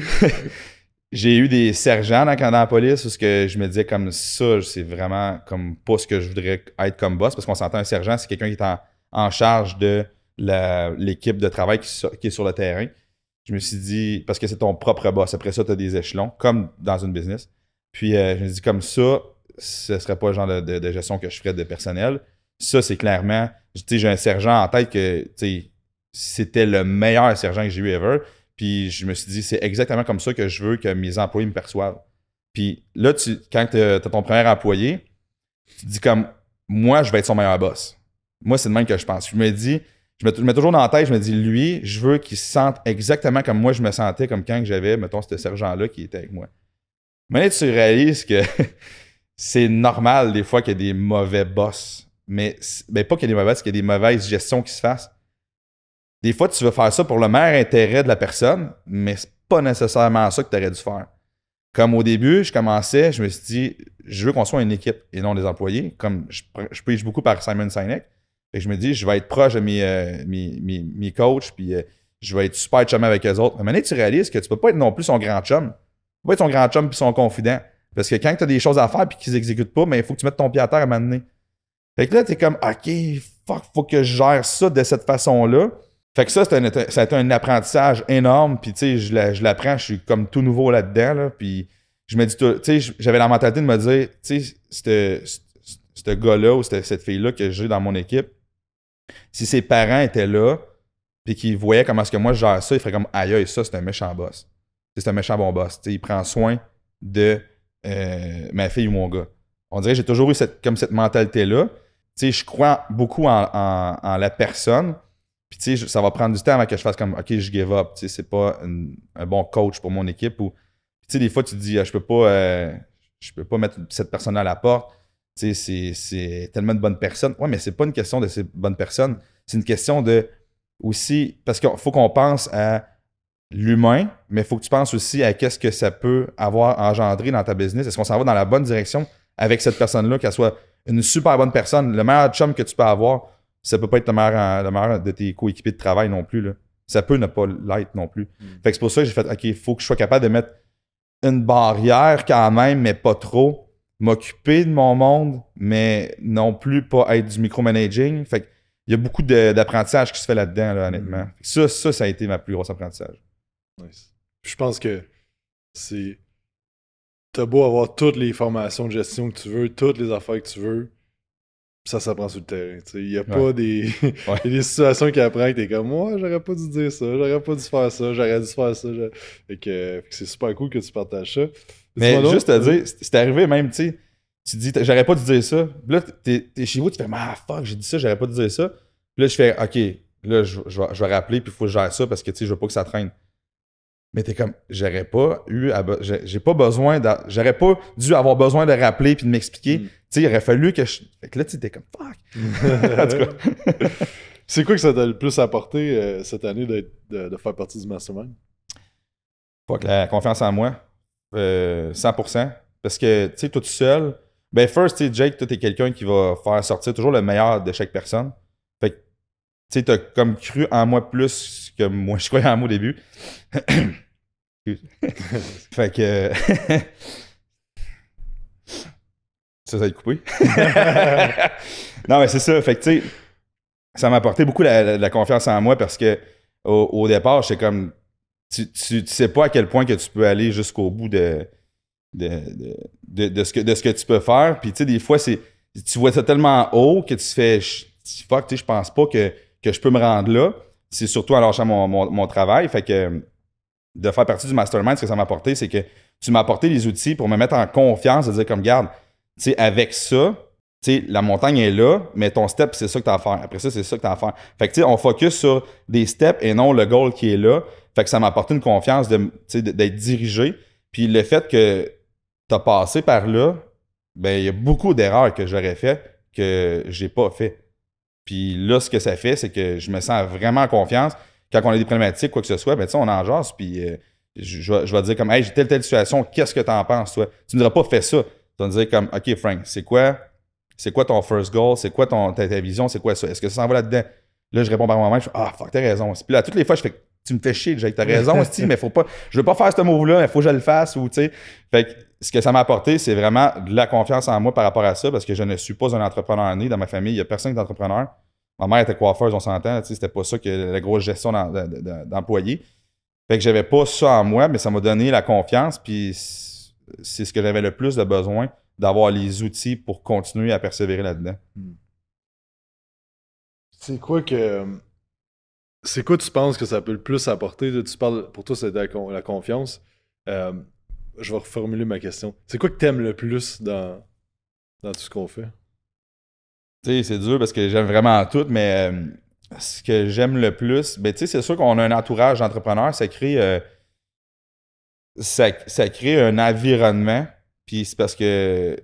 J'ai eu des sergents dans la police où je me disais comme ça, c'est vraiment comme pas ce que je voudrais être comme boss, parce qu'on s'entend un sergent, c'est quelqu'un qui est en charge de l'équipe de travail qui est sur le terrain. Je me suis dit, parce que c'est ton propre boss, après ça, tu as des échelons, comme dans une business. Puis je me suis dit, comme ça, ce serait pas le genre de gestion que je ferais de personnel. Ça, c'est clairement, j'ai un sergent en tête que c'était le meilleur sergent que j'ai eu ever. Puis je me suis dit, c'est exactement comme ça que je veux que mes employés me perçoivent. Puis là, quand tu as ton premier employé, tu te dis comme, moi, je vais être son meilleur boss. Moi, c'est de même que je pense. Je me mets toujours dans la tête, je me dis, lui, je veux qu'il se sente exactement comme moi je me sentais comme quand j'avais, mettons, ce sergent-là qui était avec moi. Mais tu réalises que c'est normal des fois qu'il y a des mauvais boss. Mais pas qu'il y ait des mauvais boss, qu'il y ait des mauvaises gestions qui se fassent. Des fois, tu veux faire ça pour le meilleur intérêt de la personne, mais c'est pas nécessairement ça que tu aurais dû faire. Comme au début, je me suis dit, je veux qu'on soit une équipe et non des employés. Comme je preach beaucoup par Simon Sinek. Et je me dis, je vais être proche de mes coachs, puis je vais être super chum avec eux autres. Mais maintenant, tu réalises que tu peux pas être non plus son grand chum. Tu peux pas être son grand chum puis son confident. Parce que quand tu as des choses à faire puis qu'ils exécutent pas, il faut que tu mettes ton pied à terre à un moment donné. Fait que là, tu es comme, OK, faut que je gère ça de cette façon-là. Fait que ça a été un apprentissage énorme. Puis, tu sais, je l'apprends, je suis comme tout nouveau là-dedans. Là, puis, je me dis, tu sais, j'avais la mentalité de me dire, tu sais, ce gars-là ou cette fille-là que j'ai dans mon équipe, si ses parents étaient là, puis qu'ils voyaient comment est-ce que moi je gère ça, ils feraient comme, aïe, ça, c'est un méchant boss. C'est un méchant bon boss. Tu sais, il prend soin de ma fille ou mon gars. On dirait que j'ai toujours eu cette mentalité-là. Tu sais, je crois beaucoup en la personne. Puis, tu sais, ça va prendre du temps avant que je fasse comme, OK, je give up. Tu sais, c'est pas un bon coach pour mon équipe. Ou, tu sais, des fois, tu te dis, je peux pas mettre cette personne-là à la porte. Tu sais, c'est tellement de bonnes personnes. Ouais, mais c'est pas une question de ces bonnes personnes. C'est une question de aussi, parce qu'il faut qu'on pense à l'humain, mais il faut que tu penses aussi à qu'est-ce que ça peut avoir engendré dans ta business. Est-ce qu'on s'en va dans la bonne direction avec cette personne-là, qu'elle soit une super bonne personne, le meilleur chum que tu peux avoir? Ça peut pas être le meilleur de tes coéquipiers de travail non plus. Là. ça peut ne pas l'être non plus. Fait que c'est pour ça que j'ai fait, OK, il faut que je sois capable de mettre une barrière quand même, mais pas trop. M'occuper de mon monde, mais non plus pas être du micromanaging. Fait que il y a beaucoup d'apprentissage qui se fait là-dedans, là, honnêtement. Ça a été ma plus grosse apprentissage. Nice. Je pense que c'est... T'as beau avoir toutes les formations de gestion que tu veux, toutes les affaires que tu veux, ça s'apprend sur le terrain. Il n'y a pas des... y a des situations qui apprennent que t'es comme « Moi, j'aurais pas dû dire ça, j'aurais pas dû faire ça, j'aurais dû faire ça. » Fait que c'est super cool que tu partages ça. Mais juste te dire, c'est arrivé même, tu sais, tu dis « J'aurais pas dû dire ça. » Puis là, t'es chez vous, tu fais « Ah, fuck, j'ai dit ça, j'aurais pas dû dire ça. » Puis là, je fais « OK, là, je vais rappeler, puis il faut que je gère ça parce que, tu sais, je veux pas que ça traîne. » Mais t'es comme, j'aurais pas dû avoir besoin de rappeler puis de m'expliquer. Tu sais, il aurait fallu que je. Fait que là, tu t'es comme, fuck. En tout cas. C'est quoi que ça t'a le plus apporté cette année de faire partie du mastermind? Fuck, la confiance en moi. 100%. Parce que, tu sais, toi tout seul, ben, first, tu sais, Jake, toi, t'es quelqu'un qui va faire sortir toujours le meilleur de chaque personne. Fait que, tu sais, t'as comme cru en moi plus que moi, je croyais en moi au début. Fait que. ça va être coupé. Non, mais c'est ça. Fait que, tu sais, ça m'a apporté beaucoup la confiance en moi parce que au départ, j'étais comme. Tu sais pas à quel point que tu peux aller jusqu'au bout de ce que tu peux faire. Puis, tu sais, des fois, tu vois ça tellement haut que tu fais. Fuck, tu sais, je pense pas que je peux me rendre là. C'est surtout en lâchant mon travail. Fait que. De faire partie du mastermind, ce que ça m'a apporté, c'est que tu m'as apporté les outils pour me mettre en confiance, de dire comme, garde, tu sais, avec ça, tu sais, la montagne est là, mais ton step, c'est ça que tu as à faire. Après ça, c'est ça que tu as à faire. Fait que, tu sais, on focus sur des steps et non le goal qui est là. Fait que ça m'a apporté une confiance d'être dirigé. Puis le fait que tu as passé par là, ben, il y a beaucoup d'erreurs que j'aurais fait que j'ai pas fait. Puis là, ce que ça fait, c'est que je me sens vraiment en confiance. Quand on a des problématiques, quoi que ce soit, ben, on en jase, puis je vais dire comme, hey, j'ai telle situation, qu'est-ce que t'en penses, toi? Tu ne diras pas, fais ça. Tu vas me dire comme, OK, Frank, c'est quoi ton first goal? C'est quoi ta vision? C'est quoi ça? Est-ce que ça s'en va là-dedans? Là, je réponds par moi-même, je fais, ah, fuck, t'as raison. Puis là, toutes les fois, je fais, tu me fais chier, Jake, t'as raison, mais faut pas, je veux pas faire ce move-là, mais faut que je le fasse, ou, tu sais. Fait que ce que ça m'a apporté, c'est vraiment de la confiance en moi par rapport à ça, parce que je ne suis pas un entrepreneur né dans ma famille, il n'y a personne qui est entrepreneur. Ma mère était coiffeuse, on s'entend, c'était pas ça que la grosse gestion d'employés. Fait que j'avais pas ça en moi, mais ça m'a donné la confiance, puis c'est ce que j'avais le plus de besoin, d'avoir les outils pour continuer à persévérer là-dedans. C'est quoi tu penses que ça peut le plus apporter? Tu parles, pour toi, c'est la confiance. Je vais reformuler ma question. C'est quoi que t'aimes le plus dans tout ce qu'on fait? Tu sais, c'est dur parce que j'aime vraiment tout, mais ce que j'aime le plus, ben, tu sais, c'est sûr qu'on a un entourage d'entrepreneurs, ça crée un environnement, puis c'est parce que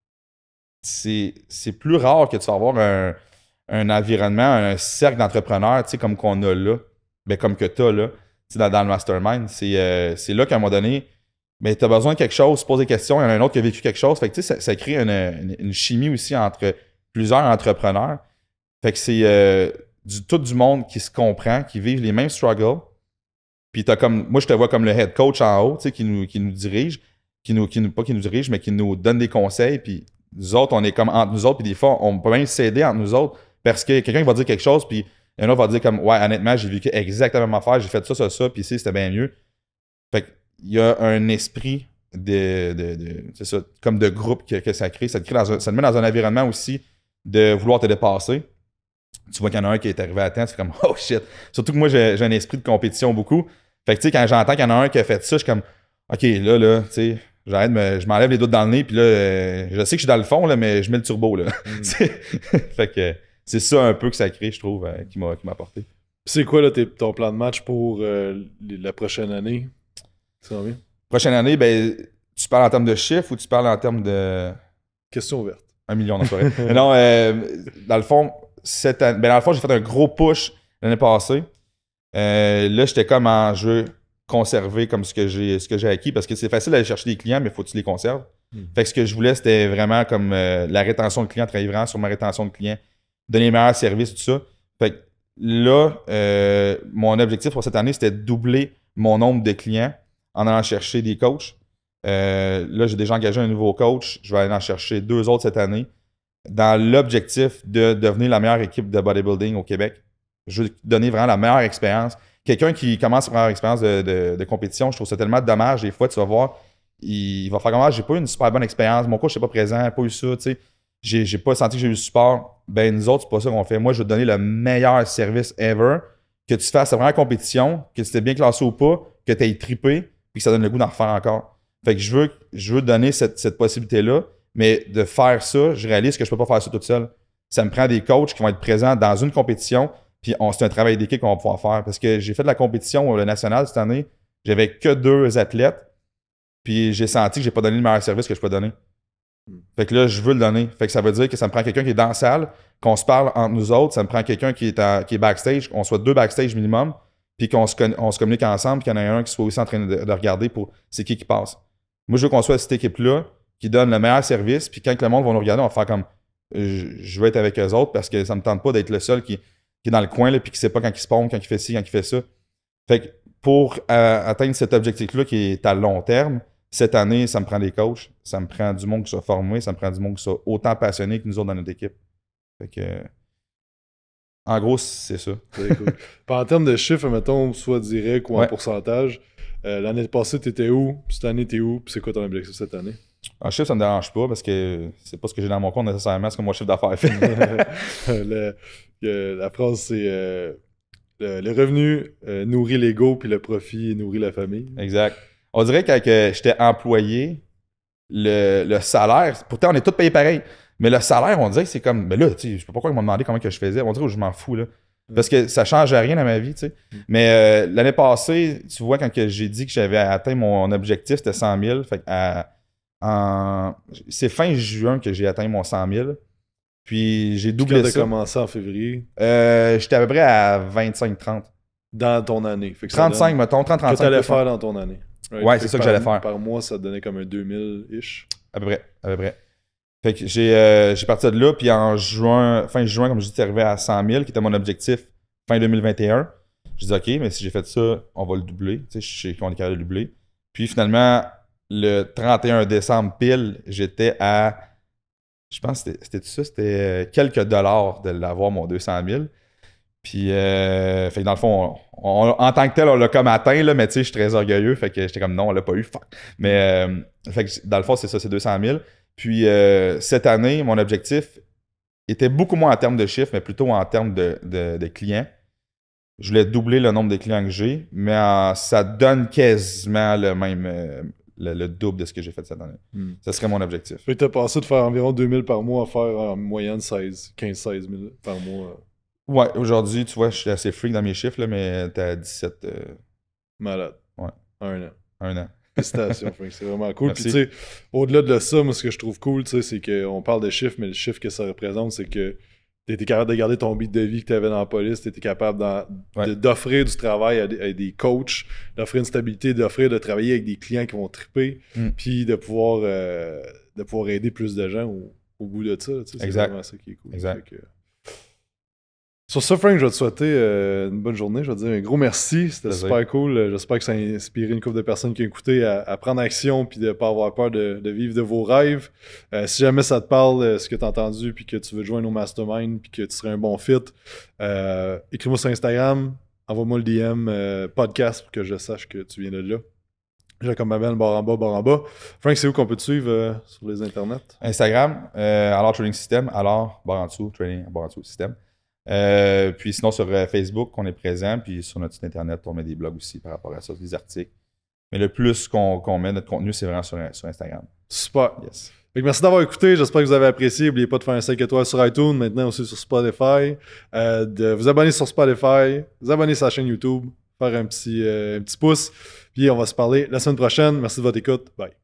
c'est plus rare que tu vas avoir un environnement, un cercle d'entrepreneurs, tu sais, comme qu'on a là, ben, comme que tu as là, tu sais, dans le mastermind. C'est là qu'à un moment donné, ben, tu as besoin de quelque chose, tu poses des questions, il y en a un autre qui a vécu quelque chose. Fait que, tu sais, ça crée une chimie aussi entre plusieurs entrepreneurs. Fait que c'est tout du monde qui se comprend, qui vivent les mêmes struggles. Puis t'as comme, moi je te vois comme le head coach en haut, tu sais, qui nous dirige, pas qui nous dirige, mais qui nous donne des conseils. Puis nous autres, on est comme entre nous autres, puis des fois, on peut même s'aider entre nous autres parce que quelqu'un va dire quelque chose, puis un autre va dire comme, ouais, honnêtement, j'ai vécu exactement la même affaire, j'ai fait ça, puis ici, c'était bien mieux. Fait qu'il y a un esprit c'est ça, comme de groupe que ça crée. Ça te met dans un environnement aussi de vouloir te dépasser. Tu vois qu'il y en a un qui est arrivé à temps, c'est comme oh shit. Surtout que moi, j'ai un esprit de compétition beaucoup. Fait que tu sais, quand j'entends qu'il y en a un qui a fait ça, je suis comme OK, là, tu sais, je m'enlève les doigts dans le nez, puis là, je sais que je suis dans le fond, là, mais je mets le turbo, là. Fait que c'est ça un peu que ça crée, je trouve, qui m'a apporté. C'est quoi, là, ton plan de match pour la prochaine année? Ça va bien? Prochaine année, ben, tu parles en termes de chiffres ou tu parles en termes de. Question ouverte. 1 million dans soirée. Non, dans le fond, cette année, ben dans le fond, j'ai fait un gros push l'année passée. Là, j'étais comme en jeu conserver comme ce que j'ai acquis parce que c'est facile d'aller chercher des clients, mais il faut que tu les conserves. Fait que ce que je voulais, c'était vraiment comme la rétention de clients, travailler vraiment sur ma rétention de clients, donner les meilleurs services, tout ça. Fait que là, mon objectif pour cette année, c'était de doubler mon nombre de clients en allant chercher des coachs. Là, j'ai déjà engagé un nouveau coach. Je vais aller en chercher 2 autres cette année dans l'objectif de devenir la meilleure équipe de bodybuilding au Québec. Je veux donner vraiment la meilleure expérience. Quelqu'un qui commence sa première expérience de compétition, je trouve ça tellement dommage. Des fois, tu vas voir, il va faire comme j'ai pas eu une super bonne expérience, mon coach n'est pas présent, pas eu ça, tu sais. J'ai pas senti que j'ai eu le support. Ben, nous autres, c'est pas ça qu'on fait. Moi, je veux te donner le meilleur service ever. Que tu fasses ta première compétition, que tu t'es bien classé ou pas, que tu aies trippé, puis que ça donne le goût d'en refaire encore. Fait que je veux donner cette possibilité-là, mais de faire ça, je réalise que je peux pas faire ça tout seul. Ça me prend des coachs qui vont être présents dans une compétition, puis c'est un travail d'équipe qu'on va pouvoir faire. Parce que j'ai fait de la compétition le national cette année, j'avais que 2 athlètes, puis j'ai senti que j'ai pas donné le meilleur service que je peux donner. Fait que là, je veux le donner. Fait que ça veut dire que ça me prend quelqu'un qui est dans la salle, qu'on se parle entre nous autres, ça me prend quelqu'un qui est backstage, qu'on soit 2 backstage minimum, puis qu'on se communique ensemble, qu'il y en ait un qui soit aussi en train de regarder pour c'est qui passe. Moi, je veux qu'on soit cette équipe-là qui donne le meilleur service, puis quand le monde va nous regarder, on va faire comme je veux être avec eux autres parce que ça me tente pas d'être le seul qui est dans le coin, là, puis qui sait pas quand il se pompe, quand il fait ci, quand il fait ça. Fait que pour atteindre cet objectif-là qui est à long terme, cette année, ça me prend des coachs, ça me prend du monde qui soit formé, ça me prend du monde qui soit autant passionné que nous autres dans notre équipe. Fait que, en gros, c'est ça. C'est cool. Puis en termes de chiffres, mettons, soit direct ou en pourcentage, l'année passée, t'étais où? Puis cette année, t'es où? Puis c'est quoi ton objectif cette année? En chiffre, ça me dérange pas parce que c'est pas ce que j'ai dans mon compte nécessairement, c'est que mon chiffre d'affaires fait. La phrase, c'est le revenu nourrit l'ego, puis le profit nourrit la famille. Exact. On dirait que quand j'étais employé, le salaire, pourtant on est tous payés pareil, mais le salaire, on dirait que c'est comme, mais là, tu sais, je sais pas pourquoi ils m'ont demandé comment que je faisais, on dirait que je m'en fous, là. Parce que ça change rien dans ma vie, tu sais. Mais l'année passée, tu vois, quand j'ai dit que j'avais atteint mon objectif, c'était 100 000. Fait c'est fin juin que j'ai atteint mon 100 000. Puis j'ai doublé ça. Quand t'as commencé en février? J'étais à peu près à 25-30. Dans ton année. Fait que 35, mettons, 30-35. Que t'allais faire dans ton année. Right? Ouais, c'est ça que j'allais faire. Par mois, ça te donnait comme un 2000-ish. À peu près. Fait que j'ai parti de là, puis en juin, fin juin, comme je dis, c'est arrivé à 100 000, qui était mon objectif fin 2021. Je dis, OK, mais si j'ai fait ça, on va le doubler. Tu sais, je sais qu'on est capable de le doubler. Puis finalement, le 31 décembre pile, j'étais à, je pense que c'était tout ça, c'était quelques dollars de l'avoir, mon 200 000. Puis, fait que dans le fond, en tant que tel, on l'a comme atteint, là, mais tu sais, je suis très orgueilleux. Fait que j'étais comme non, on l'a pas eu. Fuck. Mais, fait que dans le fond, c'est ça, c'est 200 000. Puis, cette année, mon objectif était beaucoup moins en termes de chiffres, mais plutôt en termes de clients. Je voulais doubler le nombre de clients que j'ai, mais ça donne quasiment le même, le double de ce que j'ai fait cette année. Ça serait mon objectif. Fait que t'as passé de faire environ 2000 par mois à faire en moyenne 15-16 000 par mois. Ouais, aujourd'hui, tu vois, je suis assez freak dans mes chiffres, là, mais t'es à 17. Malade. Ouais. 1 an. 1 an. Félicitations, Frank, c'est vraiment cool. Merci. Puis tu sais, au-delà de ça, moi, ce que je trouve cool, tu sais, c'est qu'on parle de chiffres, mais le chiffre que ça représente, c'est que tu étais capable de garder ton beat de vie que tu avais dans la police, tu étais capable d'offrir du travail à des coachs, d'offrir une stabilité, de travailler avec des clients qui vont triper, puis de pouvoir aider plus de gens au bout de ça. C'est vraiment ça qui est cool. Exact. Sur ça, Frank, je vais te souhaiter une bonne journée. Je vais te dire un gros merci. C'était super cool. J'espère que ça a inspiré une couple de personnes qui ont écouté à prendre action puis de ne pas avoir peur de vivre de vos rêves. Si jamais ça te parle, ce que tu as entendu, puis que tu veux joindre nos masterminds, puis que tu serais un bon fit, écris-moi sur Instagram, envoie-moi le DM podcast pour que je sache que tu viens de là. J'ai comme Mabel, barre en bas. Frank, c'est où qu'on peut te suivre sur les internets? Instagram, alors Training System, alors barre en dessous, Training, barre en dessous, System. Puis sinon sur Facebook, on est présent, puis sur notre site internet, on met des blogs aussi par rapport à ça, des articles. Mais le plus qu'on met notre contenu, c'est vraiment sur Instagram. Super. Yes. Merci d'avoir écouté, j'espère que vous avez apprécié. N'oubliez pas de faire un 5 étoiles sur iTunes, maintenant aussi sur Spotify, de vous abonner sur Spotify, vous abonner sur la chaîne YouTube, faire un petit pouce, puis on va se parler la semaine prochaine. Merci de votre écoute, bye.